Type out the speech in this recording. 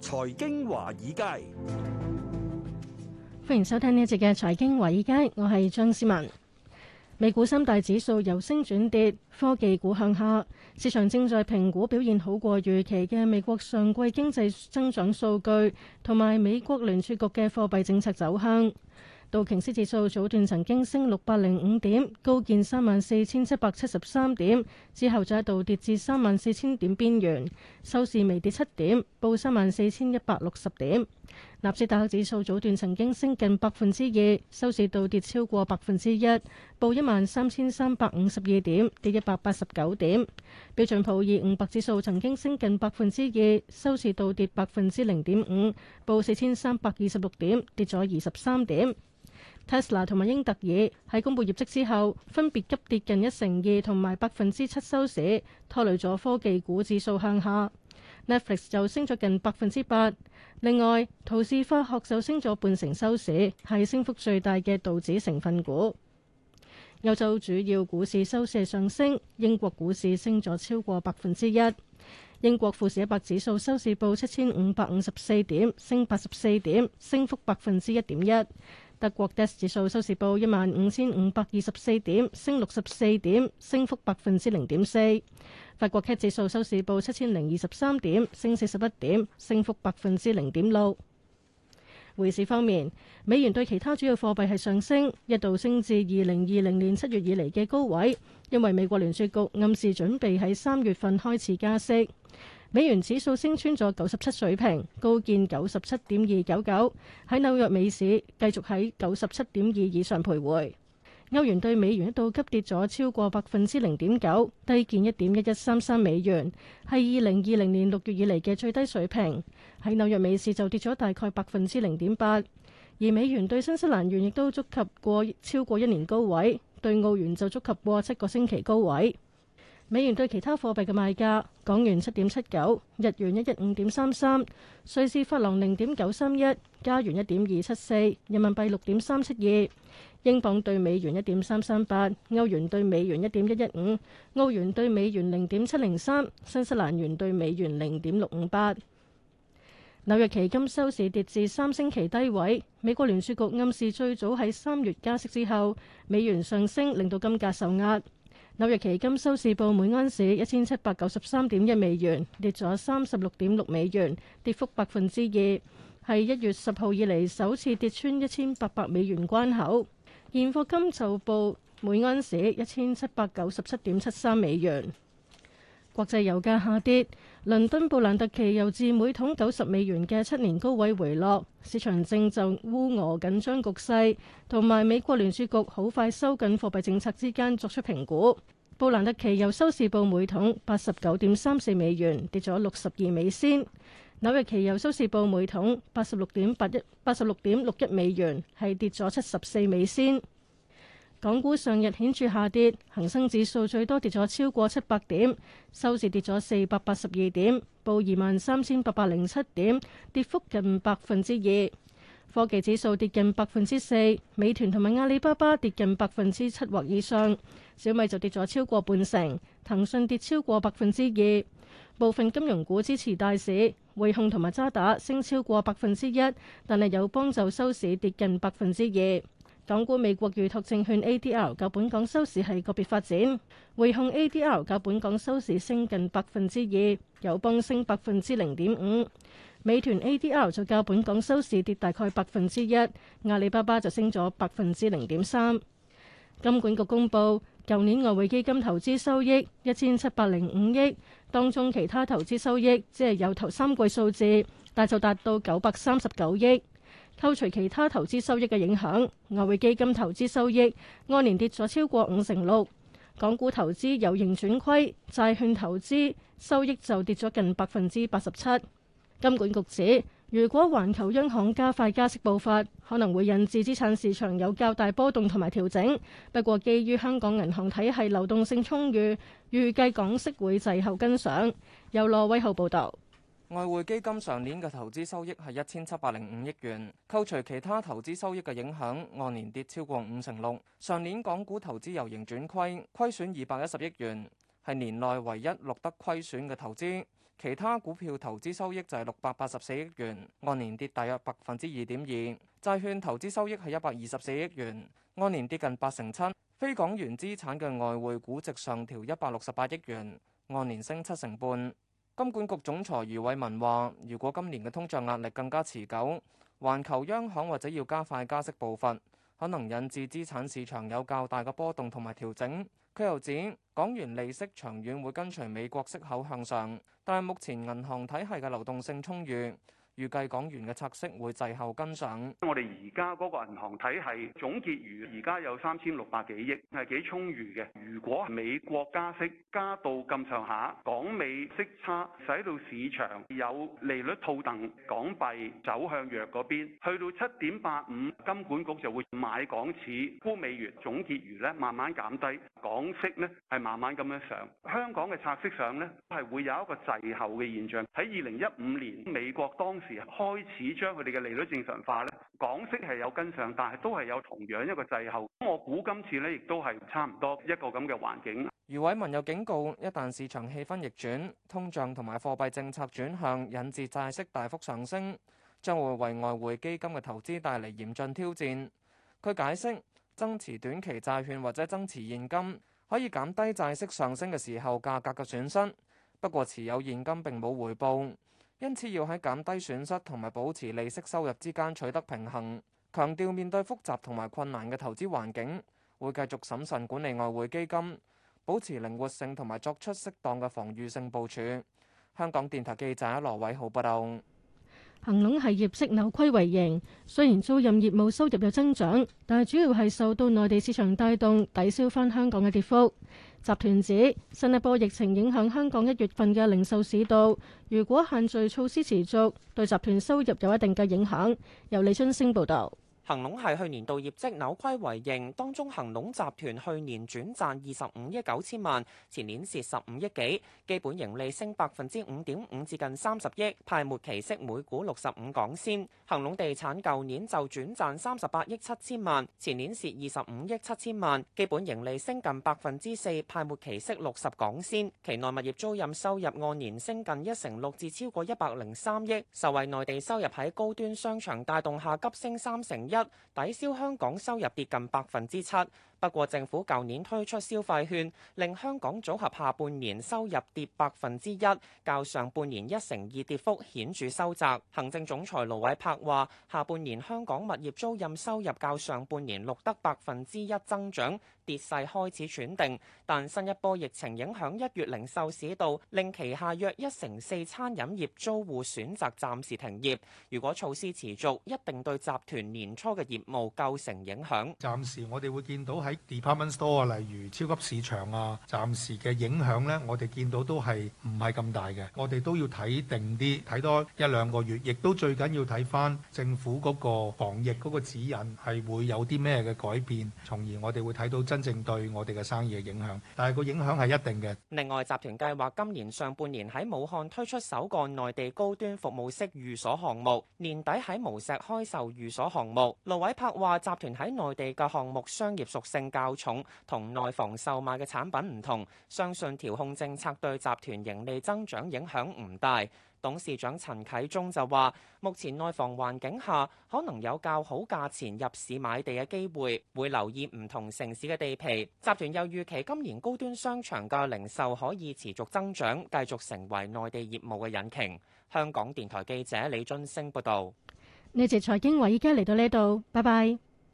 財經華爾街， 歡迎收聽呢一節嘅財經華爾街，我係張思文。美股三大指數由升轉跌，科技股向下。市場正在評估表現好過預期嘅美國上季經濟增長數據，同埋美國聯儲局嘅貨幣政策走向。道瓊斯指數早段曾經升605點，高見34,773點，之後就一度跌至34,000點邊緣，收市微跌7點，報34,160點。納斯達克指數早段曾經升近2%，收市倒跌超過1%，報13,352點，跌189點。標準普爾500指數曾經升近2%，收市倒跌0.5%，報4,326點，跌咗23點。Tesla 同埋英特爾喺公布業績之後，分別急跌近1%2同埋7%收市，拖累咗科技股指數向下。Netflix 就升咗近8%。另外，陶氏化學就升咗半成收市，係升幅最大嘅道指成分股。歐洲主要股市收市上升，英國股市升咗超過1%。英國富時100指數收市報7,554點，升84點，升幅1.1%。德國 DAX 指數收市報15,524點，升64點，升幅0.4%。法國 CAC 指數收市報7,023點，升41點，升幅0.6%。匯市方面，美元對其他主要貨幣係上升，一度升至2020年7月以嚟嘅高位，因為美國聯儲局暗示準備喺3月份開始加息。美元指數升穿咗97水平，高見97.299，喺紐約美市繼續喺97.2以上徘徊。歐元對美元一度急跌咗超過0.9%，低見1.1133美元，係2020年6月以嚟嘅最低水平。喺紐約美市就跌咗大概0.8%，而美元對新西蘭元亦都觸及過超過1年高位，對澳元就觸及過7個星期高位。美元對其他貨幣嘅賣價：港元7.79，日元115.33，瑞士法郎0.931，加元1.274，人民幣6.372，英鎊對美元1.338，歐元對美元1.115，澳元對美元0.703，新西蘭元對美元0.658。紐約期金收市跌至3星期低位，美國聯儲局暗示最早喺3月加息之後，美元上升令到金價受壓。紐約期金收市報每盎司1793.1美元，跌咗36.6美元，跌幅2%，係1月10號以嚟首次跌穿1800美元關口。現貨金就報每盎司1797.73美元。國際油價下跌，倫敦布蘭特期油自每桶90美元嘅7年高位回落，市場正就烏俄緊張局勢同埋美國聯儲局好快收緊貨幣政策之間作出評估。布蘭特期油收市報每桶89.34美元，跌咗62美仙。紐約期油收市報每桶86.61美元，係跌咗74美仙。港股上日顯著下跌，恒生指數最多跌咗超過700點，收市跌咗482點，報23,807點，跌幅近2%。科技指數跌近4%，美團同埋阿里巴巴跌近7%或以上，小米就跌咗超過半成，騰訊跌超過2%。部分金融股支持大市，匯控同埋渣打升超過1%，但係友邦就收市跌近2%。港股美國預託證券 ADR 較本港收市係個別發展，匯控 ADR 較本港收市升近2%，友邦升0.5%，美團 ADR 就較本港收市跌大概1%，阿里巴巴就升咗0.3%。金管局公布舊年外匯基金投資收益1705億，當中其他投資收益只係有頭3季數字，但就達到939億。扣除其他投資收益嘅影響，外匯基金投資收益按年跌咗超過56%。港股投資由盈轉虧，債券投資收益就跌咗近87%。金管局指，如果環球央行加快加息步伐，可能會引致資產市場有較大波動同埋調整。不過，基於香港銀行體系流動性充裕，預計港息會滯後跟上。由羅威浩報導。 外匯基金上年嘅投資收益係1705億元，扣除其他投資收益嘅影響，按年跌超過56%。上年港股投資由盈轉虧，虧損210億元，係年內唯一錄得虧損嘅投資。 其他股票投資收益就係684億元，按年跌大約2.2%。債券投資收益係124億元，按年跌近87%。非港元資產嘅外匯估值上調168億元，按年升7成半。金管局總裁余偉文話，如果今年嘅通脹壓力更加持久，環球央行或者要加快加息步伐，可能引致資產市場有較大嘅波動同埋調整。佢又指，港元利息長遠會跟隨美國息口向上，但係目前銀行體系嘅流動性充裕，預計港元嘅拆息會滯後跟上。 我哋而家嗰個銀行體系總結餘而家有3600幾億，係幾充裕嘅。如果美國加息加到咁上下，港美息差使到市場有利率套戥，港幣走向弱嗰邊，去到7.85，金管局就會買港紙沽美元，總結餘咧慢慢減低，港息咧係慢慢咁樣上。香港嘅拆息上咧係會有一個滯後嘅現象。喺2015年，美國當時開始將佢哋嘅利率正常化咧，港息係有跟上，但係都係有同樣一個滯後。我估今次咧亦都係差唔多一個咁嘅環境。 余偉文又警告，一旦市場氣氛逆轉，通脹同埋貨幣政策轉向，引致債息大幅上升，將會為外匯基金嘅投資帶嚟嚴峻挑戰。佢解釋，增持短期債券或者增持現金，可以減低債息上升嘅時候價格嘅損失。不過持有現金並冇回報，因此要喺減低損失同埋保持利息收入之間取得平衡。強調面對複雜同埋困難嘅投資環境，會繼續審慎管理外匯基金，保持靈活性同埋作出適當嘅防禦性部署。香港電台記者羅偉浩報道。 恒隆係業績扭虧為盈，雖然租賃業務收入有增長，但係主要係受到內地市場帶動，抵消返香港嘅跌幅。集團指新一波疫情影響香港1月份嘅零售市道，如果限聚措施持續，對集團收入有一定嘅影響。由李春星報導。 恒隆係去年度業績扭虧為盈，當中恒隆集團去年轉賺25億9千萬，前年蝕15億幾，基本盈利升5.5%至近30億，派末期息每股65港仙。恒隆地產舊年就轉賺38億7千萬，前年蝕25億7千萬，基本盈利升近4%，派末期息60港仙。期內物業租賃收入按年升近1成6至超過103億，受惠內地收入喺高端商場帶動下急升3成1。抵消香港收入跌近7%。不過政府舊年推出消費券，令香港組合下半年收入跌1%，較上半年1成2跌幅顯著收窄。行政總裁盧偉柏話：下半年香港物業租賃收入較上半年錄得1%增長，跌勢開始喘定。但新一波疫情影響1月零售市道，令旗下約1成4餐飲業租戶選擇暫時停業。如果措施持續，一定對集團年初嘅業務構成影響。 暫時我哋會見到喺 department store 啊，例如超級市場啊，暫時嘅影響呢，我哋見到都係唔係咁大嘅。我哋都要睇定啲，睇多1-2個月，亦都最緊要睇翻政府嗰個防疫嗰個指引係會有啲咩嘅改變，從而我哋會睇到真正對我哋嘅生意嘅影響。但係個影響係一定嘅。 另外，集團計劃今年上半年喺武漢推出首個內地高端服務式寓所項目，年底喺無錫開售寓所項目。盧偉柏話：集團喺內地嘅項目商業屬性較重，同內房售賣嘅產品唔同，相信調控政策對集團盈利增長影響唔大。董事長陳啟宗就話：目前內房環境下，可能有較好價錢入市買地嘅機會，會留意唔同城市嘅地皮。集團又預期今年高端商場嘅零售可以持續增長，繼續成為內地業務嘅引擎。香港電台記者李津升報導。 呢節財經話依家嚟到呢度，拜拜。